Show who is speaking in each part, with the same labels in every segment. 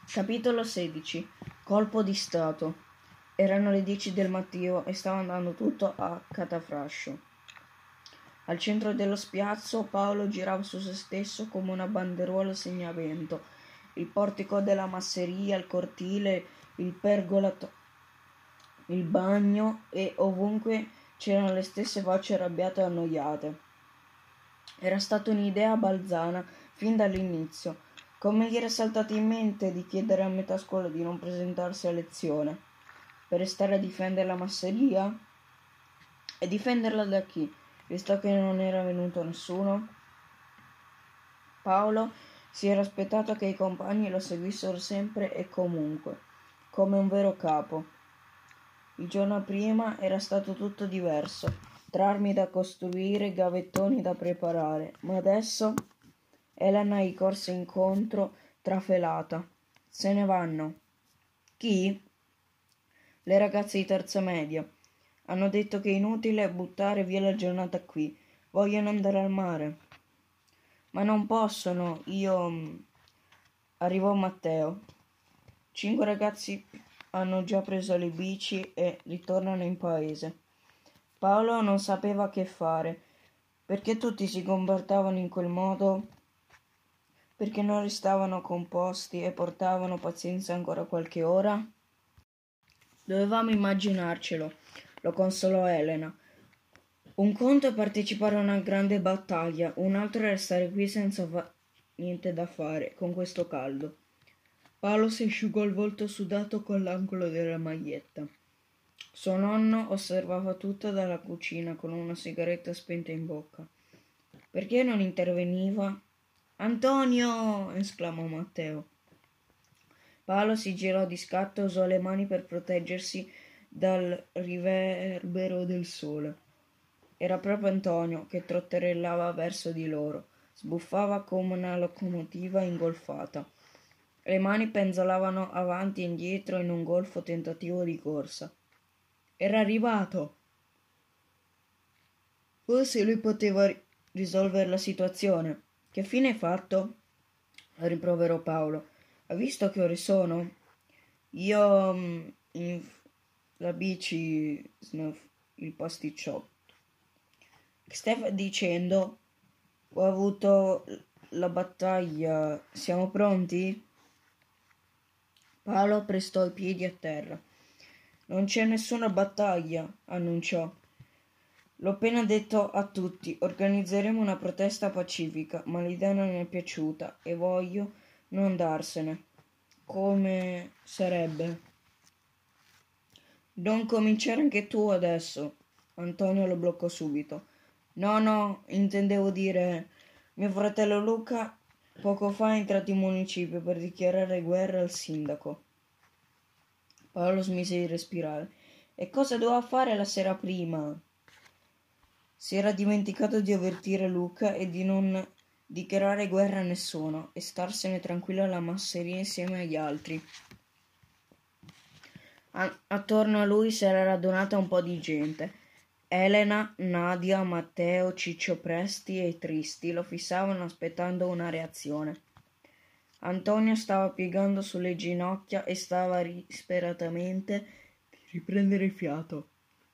Speaker 1: Capitolo 16. Colpo di Stato. Erano le 10 del mattino e stava andando tutto a catafrascio. Al centro dello spiazzo Paolo girava su se stesso come una banderuola a segnamento. Il portico della masseria, il cortile, il pergolato, il bagno e ovunque c'erano le stesse facce arrabbiate e annoiate. Era stata un'idea balzana fin dall'inizio. Come gli era saltato in mente di chiedere a metà scuola di non presentarsi a lezione? Per restare a difendere la masseria? E difenderla da chi, visto che non era venuto nessuno? Paolo si era aspettato che i compagni lo seguissero sempre e comunque, come un vero capo. Il giorno prima era stato tutto diverso, tra armi da costruire, gavettoni da preparare, ma adesso Elena gli corse incontro trafelata. Se ne vanno. Chi? Le ragazze di terza media. Hanno detto che è inutile buttare via la giornata qui. Vogliono andare al mare. Ma non possono. Arrivò Matteo. 5 ragazzi hanno già preso le bici e ritornano in paese. Paolo non sapeva che fare. Perché tutti si comportavano in quel modo? Perché non restavano composti e portavano pazienza ancora qualche ora? Dovevamo immaginarcelo, lo consolò Elena. Un conto è partecipare a una grande battaglia, un altro è restare qui senza niente da fare, con questo caldo. Paolo si asciugò il volto sudato con l'angolo della maglietta. Suo nonno osservava tutto dalla cucina con una sigaretta spenta in bocca. Perché non interveniva? Antonio! Esclamò Matteo. Paolo si girò di scatto e usò le mani per proteggersi dal riverbero del sole. Era proprio Antonio che trotterellava verso di loro, sbuffava come una locomotiva ingolfata. Le mani penzolavano avanti e indietro in un golfo tentativo di corsa. Era arrivato! Forse lui poteva risolvere la situazione. Che fine hai fatto? Rimproverò Paolo. Hai visto che ore sono? Io la bici, il pasticciotto. Che stai dicendo? Ho avuto la battaglia. Siamo pronti? Paolo prestò i piedi a terra. Non c'è nessuna battaglia, annunciò. L'ho appena detto a tutti, organizzeremo una protesta pacifica, ma l'idea non è piaciuta e voglio non andarsene. Come sarebbe? Non cominciare anche tu adesso. Antonio lo bloccò subito. No, intendevo dire, mio fratello Luca poco fa è entrato in municipio per dichiarare guerra al sindaco. Paolo smise di respirare. E cosa doveva fare la sera prima? Si era dimenticato di avvertire Luca e di non dichiarare guerra a nessuno e starsene tranquillo alla masseria insieme agli altri. Attorno a lui si era radunata un po' di gente. Elena, Nadia, Matteo, Ciccio Presti e Tristi lo fissavano aspettando una reazione. Antonio stava piegando sulle ginocchia e stava disperatamente per riprendere fiato.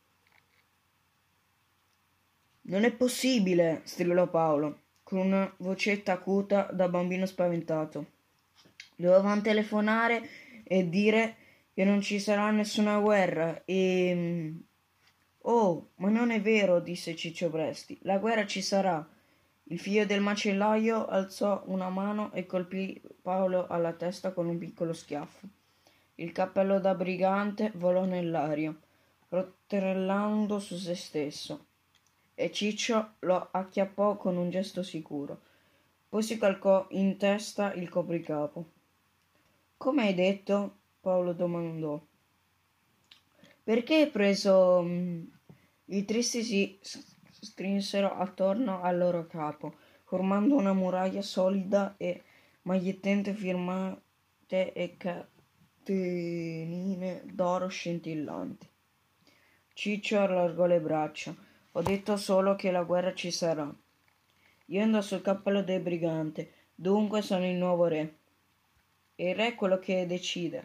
Speaker 1: Non è possibile, strillò Paolo, con una vocetta acuta da bambino spaventato. Dovevamo telefonare e dire che non ci sarà nessuna guerra e... Oh, ma non è vero, disse Ciccio Presti. La guerra ci sarà. Il figlio del macellaio alzò una mano e colpì Paolo alla testa con un piccolo schiaffo. Il cappello da brigante volò nell'aria, rotellando su se stesso, e Ciccio lo acchiappò con un gesto sicuro. Poi si calcò in testa il copricapo. Come hai detto? Paolo domandò. Perché hai preso... I tristi si strinsero attorno al loro capo, formando una muraglia solida e magliettente firmate e catenine d'oro scintillanti. Ciccio allargò le braccia. Ho detto solo che la guerra ci sarà. Io indosso il cappello del brigante, dunque sono il nuovo re. e il re è quello che decide.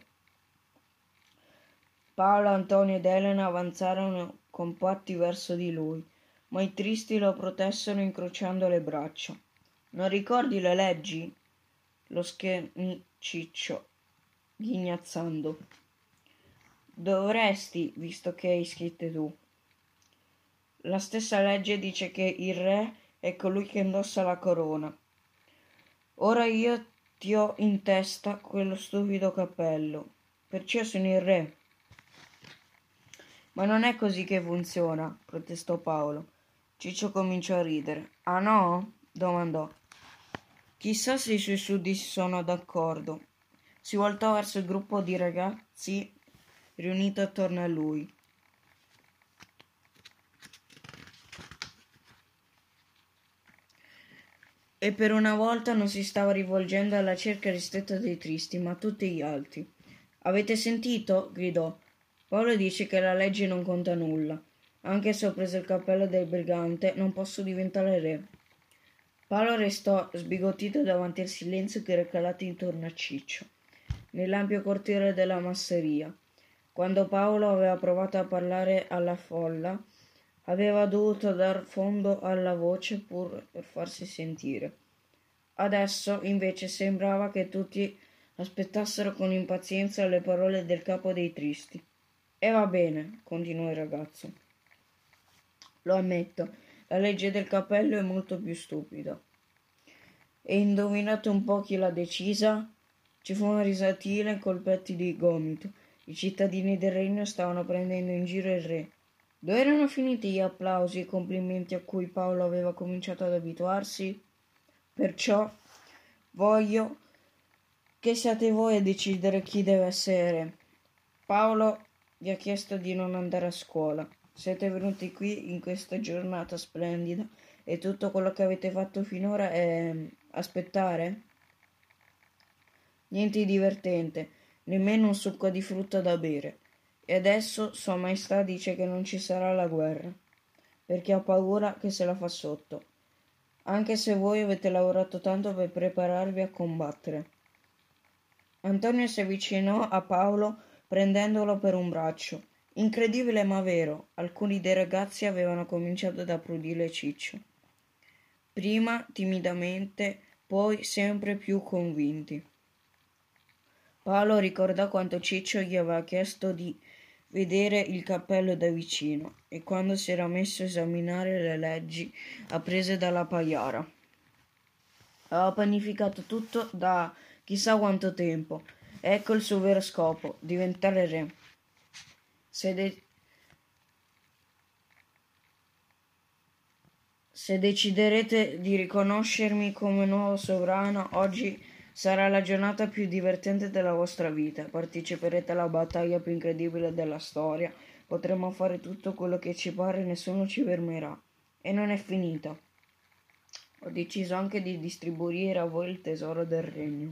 Speaker 1: Paolo, Antonio ed Elena avanzarono compatti verso di lui, ma i tristi lo protessero incrociando le braccia. Non ricordi le leggi? Lo schermì Ciccio, ghignazzando. Dovresti, visto che hai scritte tu. La stessa legge dice che il re è colui che indossa la corona. Ora io ti ho in testa quello stupido cappello, perciò sono il re. Ma non è così che funziona, protestò Paolo. Ciccio cominciò a ridere. Ah no? Domandò. Chissà se i suoi sudditi sono d'accordo. Si voltò verso il gruppo di ragazzi riunito attorno a lui. E per una volta non si stava rivolgendo alla cerchia ristretta dei tristi, ma a tutti gli altri. Avete sentito? Gridò. Paolo dice che la legge non conta nulla. Anche se ho preso il cappello del brigante, non posso diventare re. Paolo restò sbigottito davanti al silenzio che era calato intorno a Ciccio, nell'ampio cortile della masseria. Quando Paolo aveva provato a parlare alla folla, aveva dovuto dar fondo alla voce pur per farsi sentire. Adesso, invece, sembrava che tutti aspettassero con impazienza le parole del capo dei tristi. E va bene, continuò il ragazzo. Lo ammetto, la legge del cappello è molto più stupida. E indovinate un po' chi l'ha decisa? Ci fu una risatina e colpetti di gomito. I cittadini del regno stavano prendendo in giro il re. Dove erano finiti gli applausi e i complimenti a cui Paolo aveva cominciato ad abituarsi? Perciò voglio che siate voi a decidere chi deve essere re. Paolo vi ha chiesto di non andare a scuola. Siete venuti qui in questa giornata splendida e tutto quello che avete fatto finora è aspettare? Niente di divertente, nemmeno un succo di frutta da bere. E adesso Sua Maestà dice che non ci sarà la guerra, perché ha paura che se la fa sotto, anche se voi avete lavorato tanto per prepararvi a combattere. Antonio si avvicinò a Paolo prendendolo per un braccio. Incredibile ma vero, alcuni dei ragazzi avevano cominciato ad applaudire Ciccio. Prima timidamente, poi sempre più convinti. Paolo ricordò quanto Ciccio gli aveva chiesto di vedere il cappello da vicino e quando si era messo a esaminare le leggi apprese dalla paiara. Aveva pianificato tutto da chissà quanto tempo. Ecco il suo vero scopo, diventare re. Se deciderete di riconoscermi come nuovo sovrano, oggi sarà la giornata più divertente della vostra vita. Parteciperete alla battaglia più incredibile della storia. Potremo fare tutto quello che ci pare e nessuno ci fermerà. E non è finita. Ho deciso anche di distribuire a voi il tesoro del regno.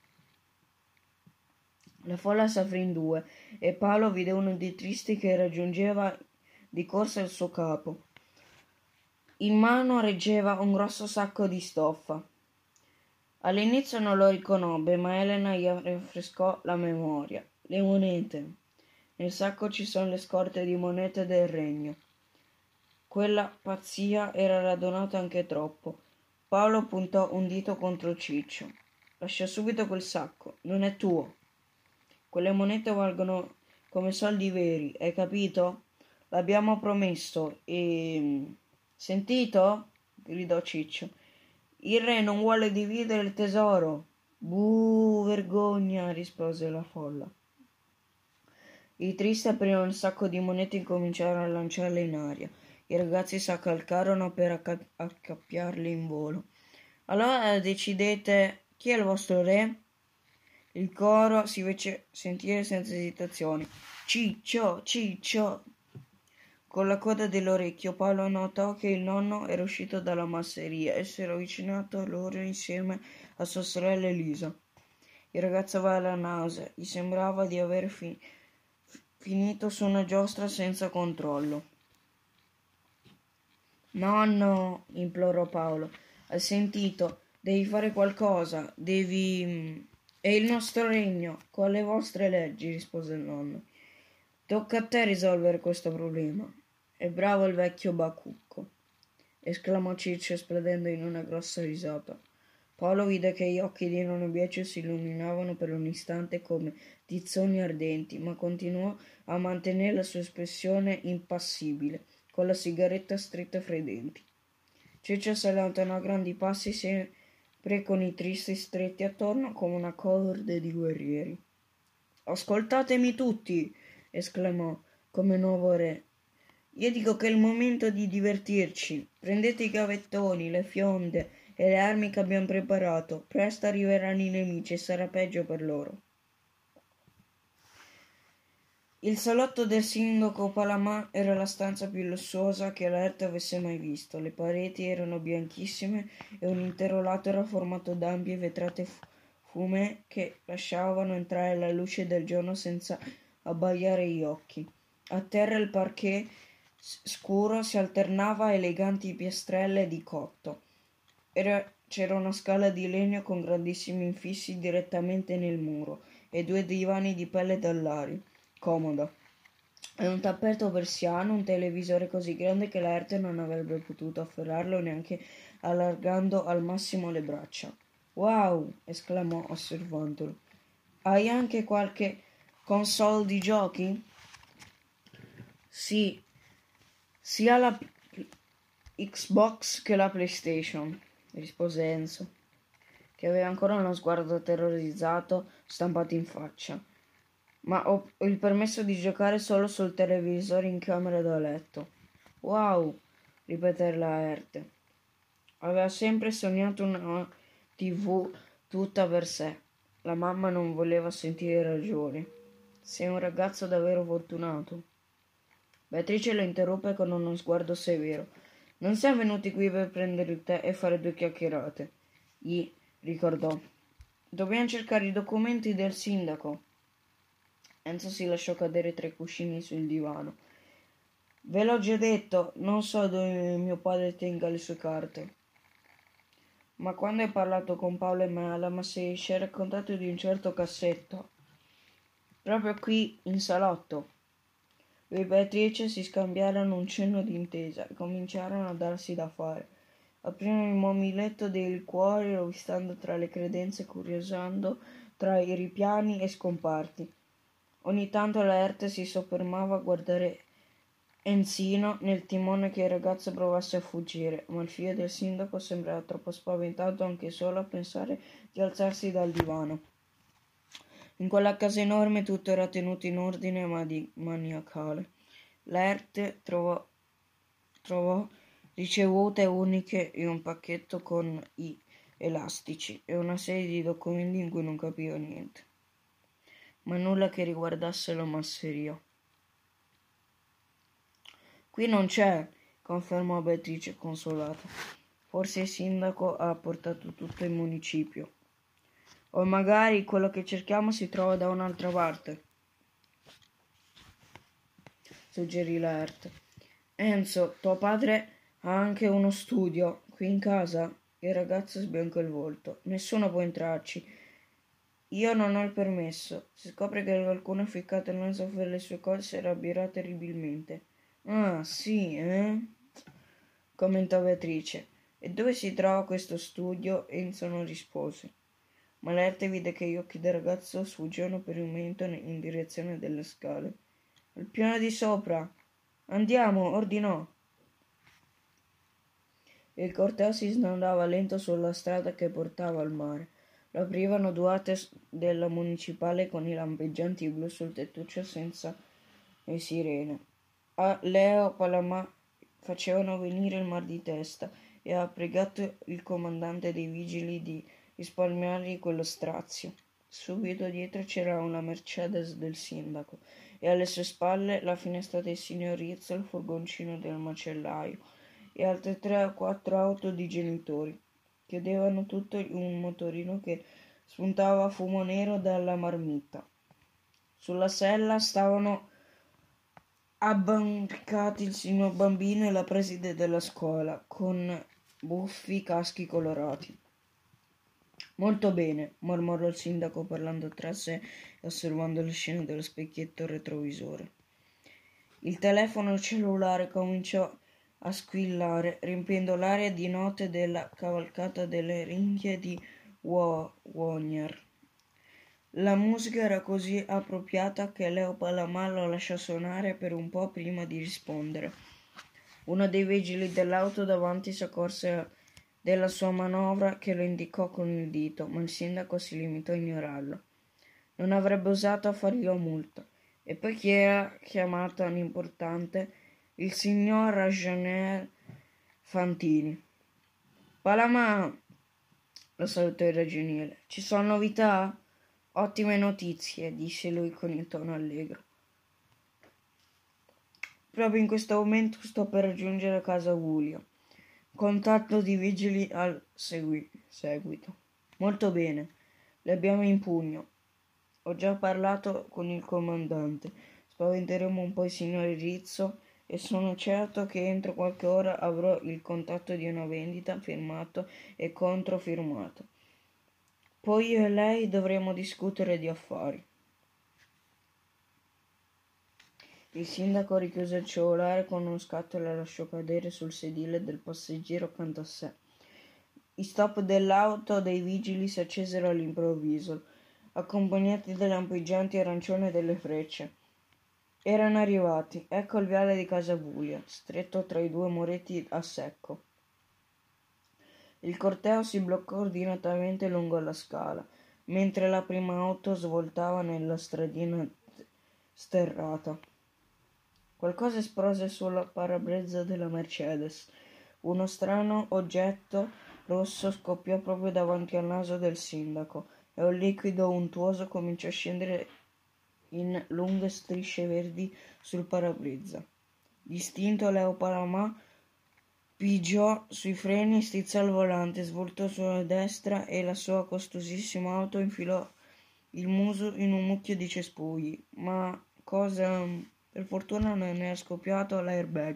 Speaker 1: La folla s'aprì in due e Paolo vide uno dei tristi che raggiungeva di corsa il suo capo. In mano reggeva un grosso sacco di stoffa. All'inizio non lo riconobbe, ma Elena gli rinfrescò la memoria. Le monete. Nel sacco ci sono le scorte di monete del regno. Quella pazzia era radunata anche troppo. Paolo puntò un dito contro Ciccio. Lascia subito quel sacco, non è tuo. Quelle monete valgono come soldi veri, hai capito? L'abbiamo promesso e... Sentito? Gridò Ciccio. Il re non vuole dividere il tesoro. Buh, vergogna, rispose la folla. I tristi aprirono il sacco di monete e incominciarono a lanciarle in aria. I ragazzi s'accalcarono per accappiarli in volo. Allora decidete chi è il vostro re? Il coro si fece sentire senza esitazione. Ciccio, Ciccio! Con la coda dell'orecchio Paolo notò che il nonno era uscito dalla masseria e si era avvicinato a loro insieme a sua sorella Elisa. Il ragazzo aveva la nausea, gli sembrava di aver finito su una giostra senza controllo. Nonno, implorò Paolo, hai sentito? Devi fare qualcosa, devi... È il nostro regno, con le vostre leggi, rispose il nonno. Tocca a te risolvere questo problema. È bravo il vecchio Bacucco, esclamò Ciccio esplodendo in una grossa risata. Paolo vide che gli occhi di nonno Biagio si illuminavano per un istante come tizzoni ardenti, ma continuò a mantenere la sua espressione impassibile, con la sigaretta stretta fra i denti. Ciccio si allontanò a grandi passi, sempre con i tristi stretti attorno come una cohorde di guerrieri. Ascoltatemi tutti, esclamò come nuovo re. Io dico che è il momento di divertirci. Prendete i gavettoni, le fionde e le armi che abbiamo preparato. Presto arriveranno i nemici e sarà peggio per loro. Il salotto del sindaco Palamà era la stanza più lussuosa che Laerte avesse mai visto. Le pareti erano bianchissime e un intero lato era formato da ampie vetrate fumee che lasciavano entrare la luce del giorno senza abbagliare gli occhi. A terra il parquet scuro si alternava a eleganti piastrelle di cotto. C'era una scala di legno con grandissimi infissi direttamente nel muro e 2 divani di pelle d'allari, comoda, e un tappeto persiano, un televisore così grande che Laerte non avrebbe potuto afferrarlo neanche allargando al massimo le braccia. «Wow!» esclamò osservandolo. «Hai anche qualche console di giochi?» «Sì, sia la Xbox che la PlayStation», rispose Enzo, che aveva ancora uno sguardo terrorizzato stampato in faccia. «Ma ho il permesso di giocare solo sul televisore in camera da letto». «Wow!» ripeté Laerte. Aveva sempre sognato una TV tutta per sé. La mamma non voleva sentire ragioni. «Sei un ragazzo davvero fortunato». Beatrice lo interruppe con uno sguardo severo. «Non siamo venuti qui per prendere il tè e fare 2 chiacchierate», gli ricordò. «Dobbiamo cercare i documenti del sindaco». Enzo si lasciò cadere tra i cuscini sul divano. «Ve l'ho già detto, non so dove mio padre tenga le sue carte». «Ma quando hai parlato con Paolo e Malama ci hai raccontato di un certo cassetto. Proprio qui in salotto». Lui e Beatrice si scambiarono un cenno d'intesa e cominciarono a darsi da fare. Aprirono il mobiletto dei liquori, rovistando tra le credenze, curiosando tra i ripiani e scomparti. Ogni tanto Laerte si soffermava a guardare Enzino nel timone che il ragazzo provasse a fuggire, ma il figlio del sindaco sembrava troppo spaventato anche solo a pensare di alzarsi dal divano. In quella casa enorme tutto era tenuto in ordine maniacale. Laerte trovò ricevute uniche in un pacchetto con i elastici e una serie di documenti in cui non capiva niente, ma nulla che riguardasse la masseria. «Qui non c'è», confermò Beatrice consolata. «Forse il sindaco ha portato tutto in municipio. O magari quello che cerchiamo si trova da un'altra parte», suggerì Laerte. «Enzo, tuo padre ha anche uno studio qui in casa?» Il ragazzo sbiancò il volto. «Nessuno può entrarci. Io non ho il permesso. Se scopre che qualcuno ha ficcato il naso per le sue cose si arrabbierà terribilmente». «Ah, sì, commentò Beatrice. «E dove si trova questo studio?» Enzo non rispose. Ma Laerte vide che gli occhi del ragazzo sfuggivano per un momento in direzione delle scale. «Al piano di sopra!» «Andiamo!» ordinò. Il corteo si snodava lento sulla strada che portava al mare. Lo aprivano 2 auto della municipale con i lampeggianti blu sul tettuccio senza le sirene. Leo Palamà facevano venire il mal di testa e ha pregato il comandante dei vigili di risparmiargli quello strazio. Subito dietro c'era una Mercedes del sindaco e alle sue spalle la finestra del signor Rizzo, il furgoncino del macellaio e altre 3 o 4 auto di genitori. Chiudevano tutto un motorino che spuntava fumo nero dalla marmitta. Sulla sella stavano abbancati il signor Bambino e la preside della scuola, con buffi caschi colorati. Molto bene, mormorò il sindaco parlando tra sé e osservando le scene dello specchietto retrovisore. Il telefono cellulare cominciò a squillare, riempiendo l'aria di note della cavalcata delle ringhie di Wagner. La musica era così appropriata che Leo Palamà lo lasciò suonare per un po' prima di rispondere. Uno dei vigili dell'auto davanti si accorse della sua manovra che lo indicò con il dito, ma il sindaco si limitò a ignorarlo. Non avrebbe osato fargli multa. E poi chi era chiamato un'importante? Il signor Ragionier Fantini. Palamà, lo salutò il ragioniere. Ci sono novità? Ottime notizie, disse lui con il tono allegro. Proprio in questo momento sto per raggiungere casa Giulio. Contatto di vigili al seguito. Molto bene, le abbiamo in pugno. Ho già parlato con il comandante. Spaventeremo un po' il signor Rizzo e sono certo che entro qualche ora avrò il contatto di una vendita firmato e controfirmato. Poi io e lei dovremo discutere di affari. Il sindaco richiuse il cellulare con uno scatto e la lasciò cadere sul sedile del passeggero accanto a sé. I stop dell'auto dei vigili si accesero all'improvviso, accompagnati dalle lampeggianti arancione delle frecce. Erano arrivati. Ecco il viale di casa Bulia, stretto tra i due muretti a secco. Il corteo si bloccò ordinatamente lungo la scala, mentre la prima auto svoltava nella stradina sterrata. Qualcosa esplose sulla parabrezza della Mercedes. Uno strano oggetto rosso scoppiò proprio davanti al naso del sindaco e un liquido untuoso cominciò a scendere in lunghe strisce verdi sul parabrezza. Distinto, Leo Palamà pigiò sui freni, stizzò il volante, svoltò sulla destra e la sua costosissima auto infilò il muso in un mucchio di cespugli. Ma cosa? Per fortuna non era scoppiato l'airbag.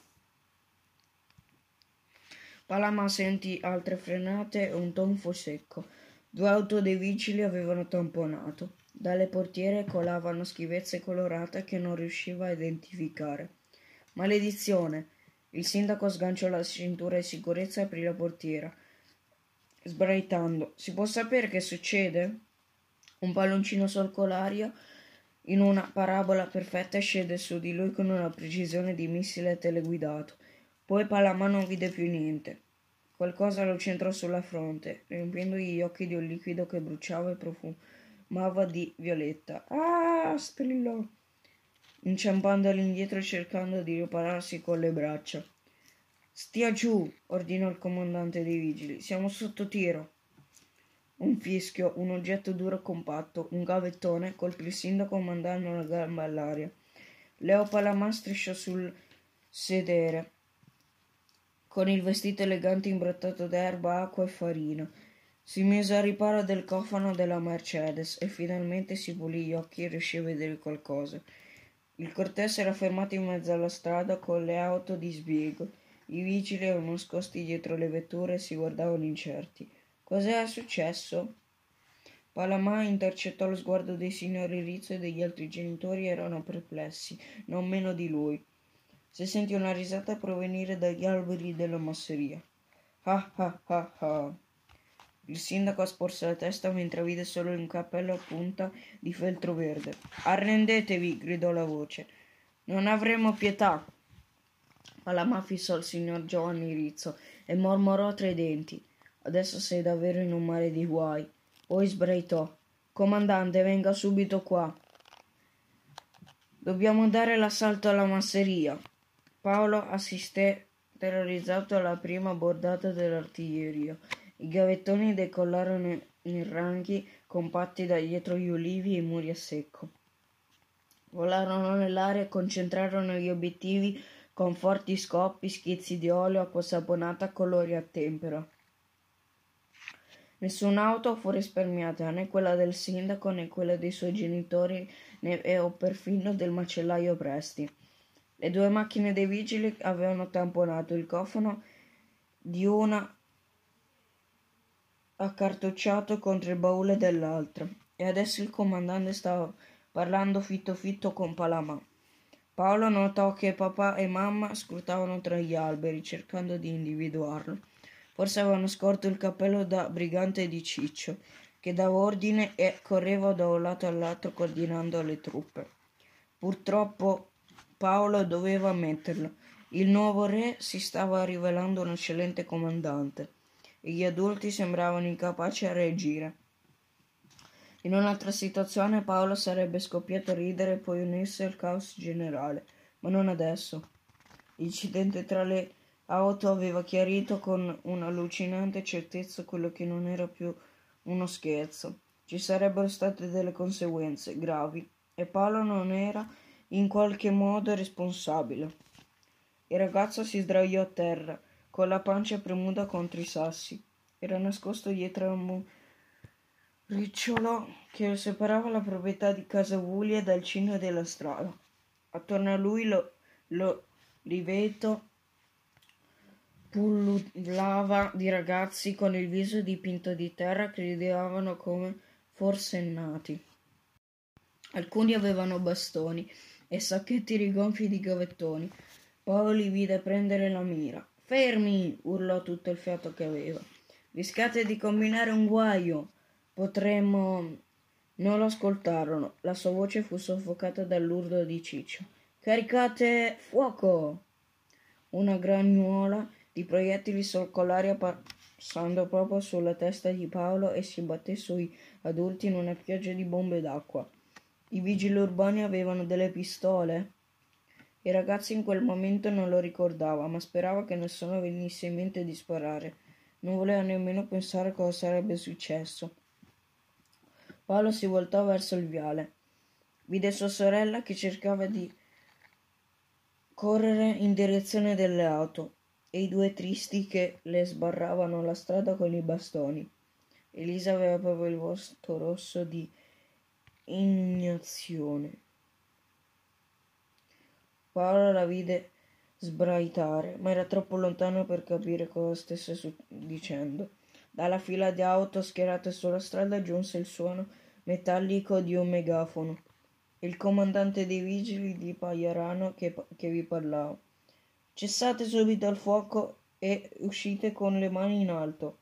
Speaker 1: Palamà sentì altre frenate e un tonfo secco. Due auto dei vigili avevano tamponato. Dalle portiere colavano schivezze colorate che non riusciva a identificare. Maledizione! Il sindaco sganciò la cintura di sicurezza e aprì la portiera, sbraitando. Si può sapere che succede? Un palloncino solcolario in una parabola perfetta scese su di lui con una precisione di missile teleguidato. Poi Palamà non vide più niente. Qualcosa lo centrò sulla fronte, riempiendogli gli occhi di un liquido che bruciava e profumava di violetta. Ah! Strillò, inciampando all'indietro e cercando di ripararsi con le braccia. Stia giù, ordinò il comandante dei vigili. Siamo sotto tiro. Un fischio, un oggetto duro e compatto, un gavettone, colpì il sindaco mandando una gamba all'aria. Leo Palamà strisciò sul sedere, con il vestito elegante imbrattato d'erba, acqua e farina. Si mise al riparo del cofano della Mercedes e finalmente si pulì gli occhi e riuscì a vedere qualcosa. Il corteo era fermato in mezzo alla strada con le auto di sbieco. I vigili erano nascosti dietro le vetture e si guardavano incerti. Cos'era successo? Palamà intercettò lo sguardo dei signori Rizzo e degli altri genitori, erano perplessi, non meno di lui. Si sentì una risata provenire dagli alberi della masseria. Ah ah ah ah. Il sindaco sporse la testa mentre vide solo un cappello a punta di feltro verde. Arrendetevi, gridò la voce. Non avremo pietà. Palamà fissò il signor Giovanni Rizzo e mormorò tra i denti. Adesso sei davvero in un mare di guai. Poi sbraitò. Comandante, venga subito qua. Dobbiamo dare l'assalto alla masseria. Paolo assisté terrorizzato alla prima bordata dell'artiglieria. I gavettoni decollarono in ranghi compatti da dietro gli ulivi e i muri a secco. Volarono nell'aria e concentrarono gli obiettivi con forti scoppi, schizzi di olio, acqua saponata, colori a tempera. Nessun'auto fu risparmiata, né quella del sindaco, né quella dei suoi genitori, né o perfino del macellaio Presti. Le due macchine dei vigili avevano tamponato il cofano di una accartocciato contro il baule dell'altra, e adesso il comandante stava parlando fitto fitto con Palamà. Paolo notò che papà e mamma scrutavano tra gli alberi, cercando di individuarlo. Forse avevano scorto il cappello da brigante di Ciccio, che dava ordine e correva da un lato all'altro coordinando le truppe. Purtroppo Paolo doveva ammetterlo. Il nuovo re si stava rivelando un eccellente comandante e gli adulti sembravano incapaci a reagire. In un'altra situazione Paolo sarebbe scoppiato a ridere e poi unirsi al caos generale, ma non adesso. L'incidente tra le auto aveva chiarito con un'allucinante certezza quello che non era più uno scherzo. Ci sarebbero state delle conseguenze gravi e Paolo non era in qualche modo responsabile. Il ragazzo si sdraiò a terra, con la pancia premuta contro i sassi. Era nascosto dietro a un ricciolo che separava la proprietà di casa Wulie dal ciglio della strada. Attorno a lui lo riveto pullulava di ragazzi con il viso dipinto di terra che ridevano come forsennati. Alcuni avevano bastoni e sacchetti rigonfi di gavettoni. Paolo li vide prendere la mira. «Fermi!» urlò tutto il fiato che aveva. «Rischiate di combinare un guaio. Potremmo...» Non lo ascoltarono. La sua voce fu soffocata dall'urlo di Ciccio. «Caricate fuoco!» Una gragnuola di proiettili solcò l'aria passando proprio sulla testa di Paolo e si batté sui adulti in una pioggia di bombe d'acqua. I vigili urbani avevano delle pistole? Il ragazzo in quel momento non lo ricordava, ma sperava che nessuno venisse in mente di sparare. Non voleva nemmeno pensare cosa sarebbe successo. Paolo si voltò verso il viale. Vide sua sorella che cercava di correre in direzione delle auto e i due tristi che le sbarravano la strada con i bastoni. Elisa aveva proprio il volto rosso di indignazione. Paolo la vide sbraitare, ma era troppo lontano per capire cosa stesse dicendo. Dalla fila di auto schierate sulla strada giunse il suono metallico di un megafono. Il comandante dei vigili di Pagliarano che vi parlava. «Cessate subito il fuoco e uscite con le mani in alto.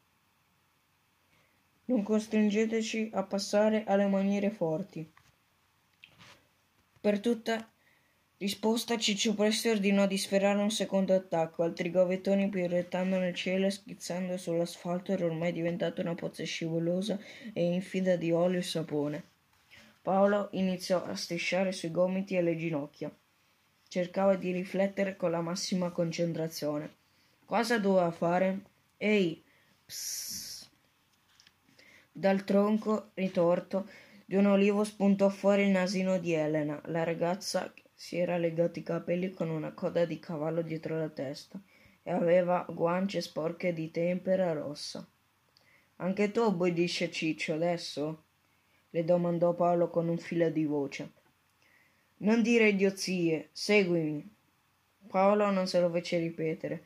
Speaker 1: Non costringeteci a passare alle maniere forti». Per tutta risposta Ciccio Presti ordinò di sferrare un secondo attacco. Altri gavettoni piroettando nel cielo e schizzando sull'asfalto era ormai diventata una pozza scivolosa e infida di olio e sapone. Paolo iniziò a strisciare sui gomiti e le ginocchia. Cercava di riflettere con la massima concentrazione. Cosa doveva fare? Ehi, psst. Dal tronco ritorto di un olivo spuntò fuori il nasino di Elena. La ragazza si era legata i capelli con una coda di cavallo dietro la testa e aveva guance sporche di tempera rossa. «Anche tu obbedisci, Ciccio, adesso?» le domandò Paolo con un filo di voce. «Non dire idiozie, seguimi». Paolo non se lo fece ripetere.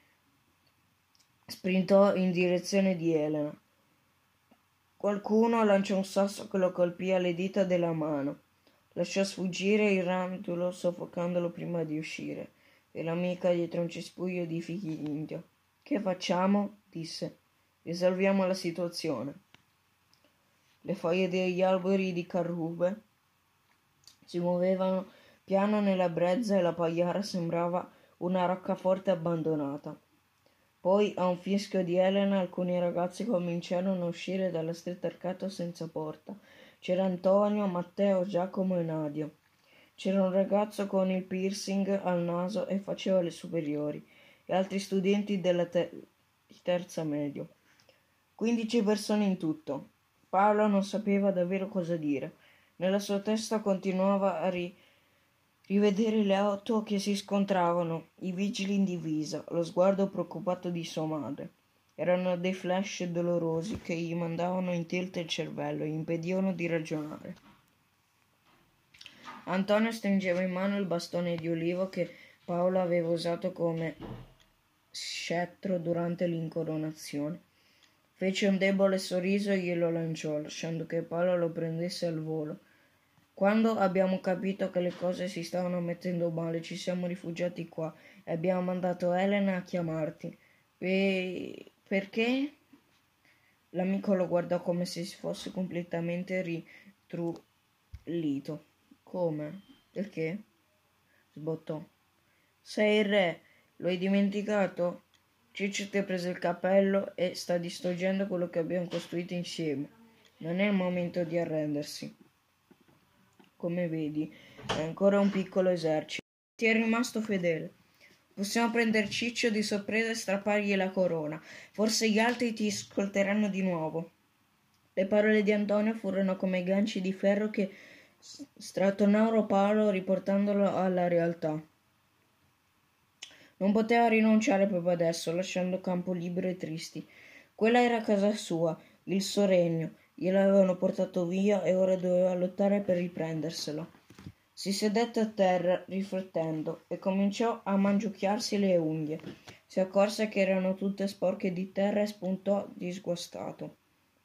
Speaker 1: Sprintò in direzione di Elena. Qualcuno lanciò un sasso che lo colpì alle dita della mano. Lasciò sfuggire il rantolo soffocandolo prima di uscire, e l'amica dietro un cespuglio di fichi d'indio. «Che facciamo?» disse. «Risolviamo la situazione». Le foglie degli alberi di carrube si muovevano piano nella brezza e la pagliara sembrava una roccaforte abbandonata. Poi, a un fischio di Elena, alcuni ragazzi cominciarono a uscire dalla stretta arcata senza porta. C'era Antonio, Matteo, Giacomo e Nadio. C'era un ragazzo con il piercing al naso e faceva le superiori, e altri studenti della terza medio. 15 persone in tutto. Paolo non sapeva davvero cosa dire. Nella sua testa continuava a rivedere le auto che si scontravano, i vigili in divisa, lo sguardo preoccupato di sua madre. Erano dei flash dolorosi che gli mandavano in tilt il cervello e gli impedivano di ragionare. Antonio stringeva in mano il bastone di olivo che Paolo aveva usato come scettro durante l'incoronazione. Fece un debole sorriso e glielo lanciò, lasciando che Paolo lo prendesse al volo. Quando abbiamo capito che le cose si stavano mettendo male, ci siamo rifugiati qua e abbiamo mandato Elena a chiamarti. Perché? L'amico lo guardò come se si fosse completamente ritrullito. Come? Perché? Sbottò. Sei il re, lo hai dimenticato? Ciccio ti ha preso il cappello e sta distruggendo quello che abbiamo costruito insieme. Non è il momento di arrendersi. Come vedi, è ancora un piccolo esercito. Ti è rimasto fedele. Possiamo prendere Ciccio di sorpresa e strappargli la corona. Forse gli altri ti ascolteranno di nuovo. Le parole di Antonio furono come ganci di ferro che strattonò Paolo riportandolo alla realtà. Non poteva rinunciare proprio adesso, lasciando campo libero e tristi. Quella era casa sua, il suo regno. Gliel'avevano portato via e ora doveva lottare per riprenderselo. Si sedette a terra, riflettendo, e cominciò a mangiucchiarsi le unghie. Si accorse che erano tutte sporche di terra e spuntò disgustato.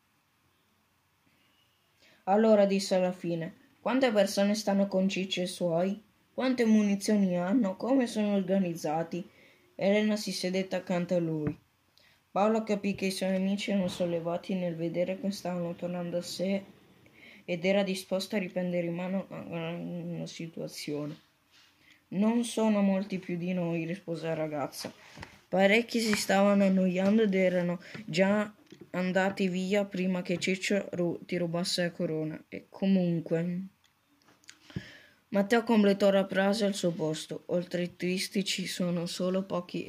Speaker 1: Allora disse alla fine: quante persone stanno con Ciccio e i suoi? Quante munizioni hanno? Come sono organizzati? Elena si sedette accanto a lui. Paolo capì che i suoi amici erano sollevati nel vedere che stavano tornando a sé ed era disposto a riprendere in mano una situazione. Non sono molti più di noi, rispose la ragazza. Parecchi si stavano annoiando ed erano già andati via prima che Ciccio ti rubasse la corona. E comunque... Matteo completò la frase al suo posto. Oltre ai tristi ci sono solo pochi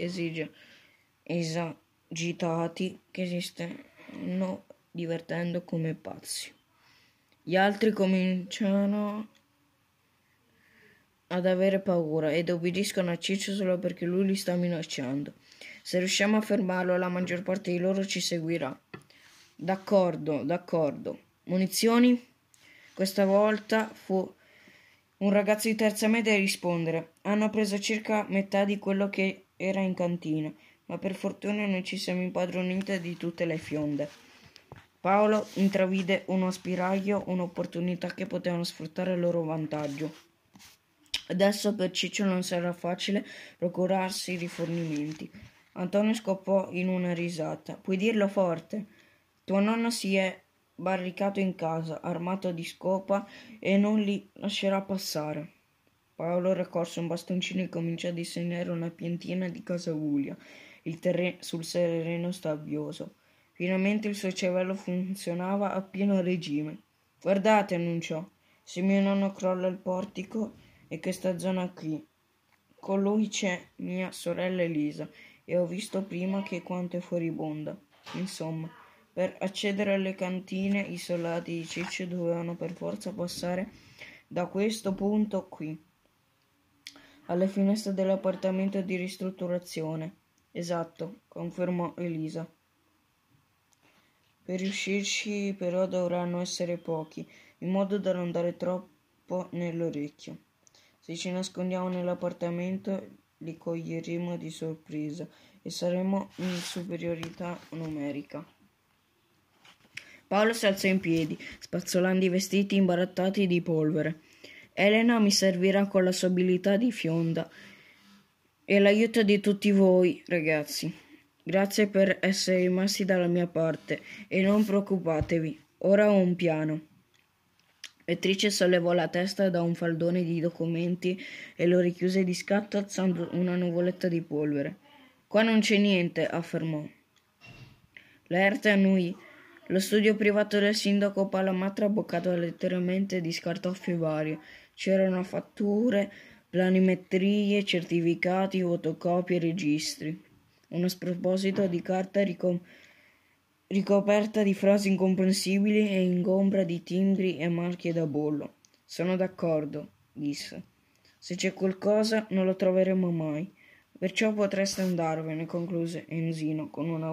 Speaker 1: esagitati che si stanno divertendo come pazzi. Gli altri cominciano ad avere paura ed obbediscono a Ciccio solo perché lui li sta minacciando. Se riusciamo a fermarlo, la maggior parte di loro ci seguirà. D'accordo. Munizioni? Questa volta fu un ragazzo di terza media a rispondere. Hanno preso circa metà di quello che era in cantina, ma per fortuna noi ci siamo impadroniti di tutte le fionde. Paolo intravide uno spiraglio, un'opportunità che potevano sfruttare a loro vantaggio. Adesso per Ciccio non sarà facile procurarsi rifornimenti. Antonio scoppò in una risata. Puoi dirlo forte? Tuo nonno si è barricato in casa, armato di scopa, e non li lascerà passare. Paolo raccolse un bastoncino e cominciò a disegnare una piantina di casa Giulia sul sereno sabbioso. Finalmente il suo cervello funzionava a pieno regime. Guardate, annunciò, se mio nonno crolla il portico e questa zona qui. Con lui c'è mia sorella Elisa e ho visto prima che quanto è furibonda. Insomma, per accedere alle cantine i soldati di Ciccio dovevano per forza passare da questo punto qui, alle finestre dell'appartamento di ristrutturazione. Esatto, confermò Elisa. Per riuscirci però dovranno essere pochi, in modo da non dare troppo nell'orecchio. Se ci nascondiamo nell'appartamento li coglieremo di sorpresa e saremo in superiorità numerica. Paolo si alzò in piedi, spazzolando i vestiti imbarattati di polvere. Elena mi servirà con la sua abilità di fionda e l'aiuto di tutti voi, ragazzi. Grazie per essere rimasti dalla mia parte e non preoccupatevi, ora ho un piano. Beatrice sollevò la testa da un faldone di documenti e lo richiuse di scatto alzando una nuvoletta di polvere. Qua non c'è niente, affermò. Laerte annui. Lo studio privato del sindaco Palamatra boccato letteralmente di scartoffie varie. C'erano fatture, planimetrie, certificati, fotocopie e registri. Uno sproposito di carta ricoperta di frasi incomprensibili e ingombra di timbri e marche da bollo. Sono d'accordo, disse. Se c'è qualcosa non lo troveremo mai. Perciò potreste andarvene, concluse Enzino con una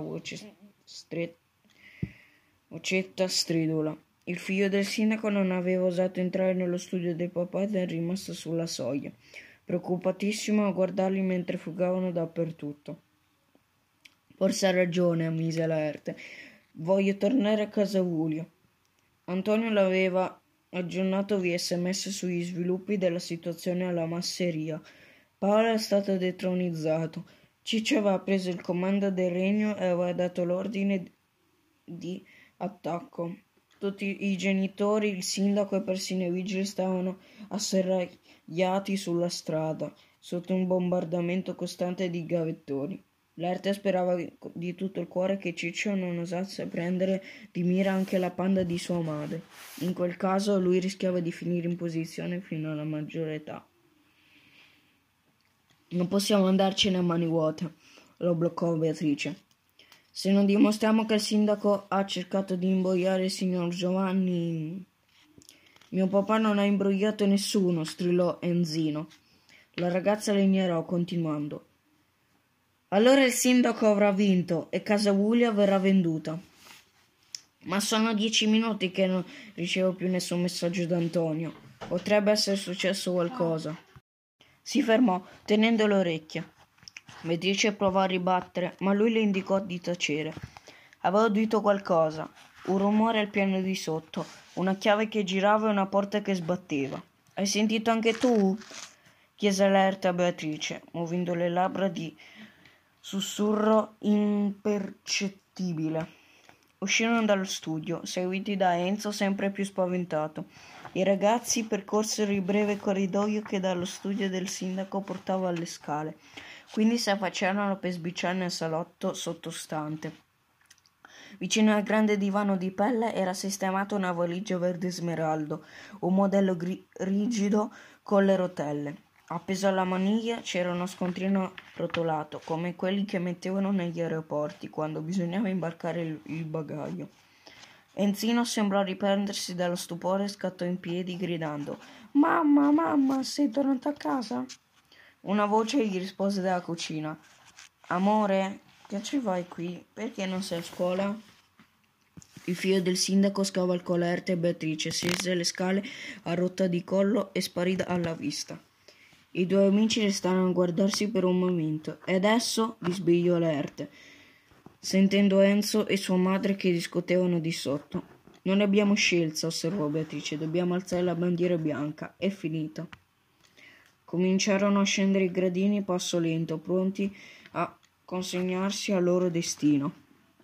Speaker 1: vocetta stridula. Il figlio del sindaco non aveva osato entrare nello studio del papà ed è rimasto sulla soglia, preoccupatissimo a guardarli mentre fugavano dappertutto. Forse ha ragione, ammise Laerte. Voglio tornare a casa Giulio. Antonio l'aveva aggiornato via SMS sugli sviluppi della situazione alla masseria. Paolo è stato detronizzato. Ciccio aveva preso il comando del regno e aveva dato l'ordine di attacco. Tutti i genitori, il sindaco e persino i vigili stavano asserragliati sulla strada, sotto un bombardamento costante di gavettoni. Laerte sperava di tutto il cuore che Ciccio non osasse prendere di mira anche la panda di sua madre. In quel caso lui rischiava di finire in posizione fino alla maggiore età. Non possiamo andarcene a mani vuote, lo bloccò Beatrice. Se non dimostriamo che il sindaco ha cercato di imbrogliare il signor Giovanni... Mio papà non ha imbrogliato nessuno, strillò Enzino. La ragazza le ignorò, continuando. Allora il sindaco avrà vinto e casa Giulia verrà venduta. Ma sono 10 minuti che non ricevo più nessun messaggio da Antonio. Potrebbe essere successo qualcosa. Si fermò, tenendo le orecchie. Beatrice provò a ribattere, ma lui le indicò di tacere. Aveva udito qualcosa, un rumore al piano di sotto, una chiave che girava e una porta che sbatteva. Hai sentito anche tu? Chiese alerta Beatrice, muovendo le labbra di sussurro impercettibile. Uscirono dallo studio, seguiti da Enzo sempre più spaventato. I ragazzi percorsero il breve corridoio che dallo studio del sindaco portava alle scale, quindi si affacciarono per sbicciare nel salotto sottostante. Vicino al grande divano di pelle era sistemata una valigia verde smeraldo, un modello rigido con le rotelle. Appeso alla maniglia c'era uno scontrino rotolato, come quelli che mettevano negli aeroporti quando bisognava imbarcare il bagaglio. Enzino sembrò riprendersi dallo stupore e scattò in piedi gridando: Mamma, mamma, sei tornato a casa? Una voce gli rispose dalla cucina: Amore, che ci fai qui? Perché non sei a scuola? Il figlio del sindaco scavalcò Laerte e Beatrice, scese le scale a rotta di collo e sparì alla vista. I due amici restarono a guardarsi per un momento. E adesso? Bisbigliò Laerte, sentendo Enzo e sua madre che discutevano di sotto. Non abbiamo scelta, osservò Beatrice, dobbiamo alzare la bandiera bianca. È finita. Cominciarono a scendere i gradini passo lento, pronti a consegnarsi al loro destino.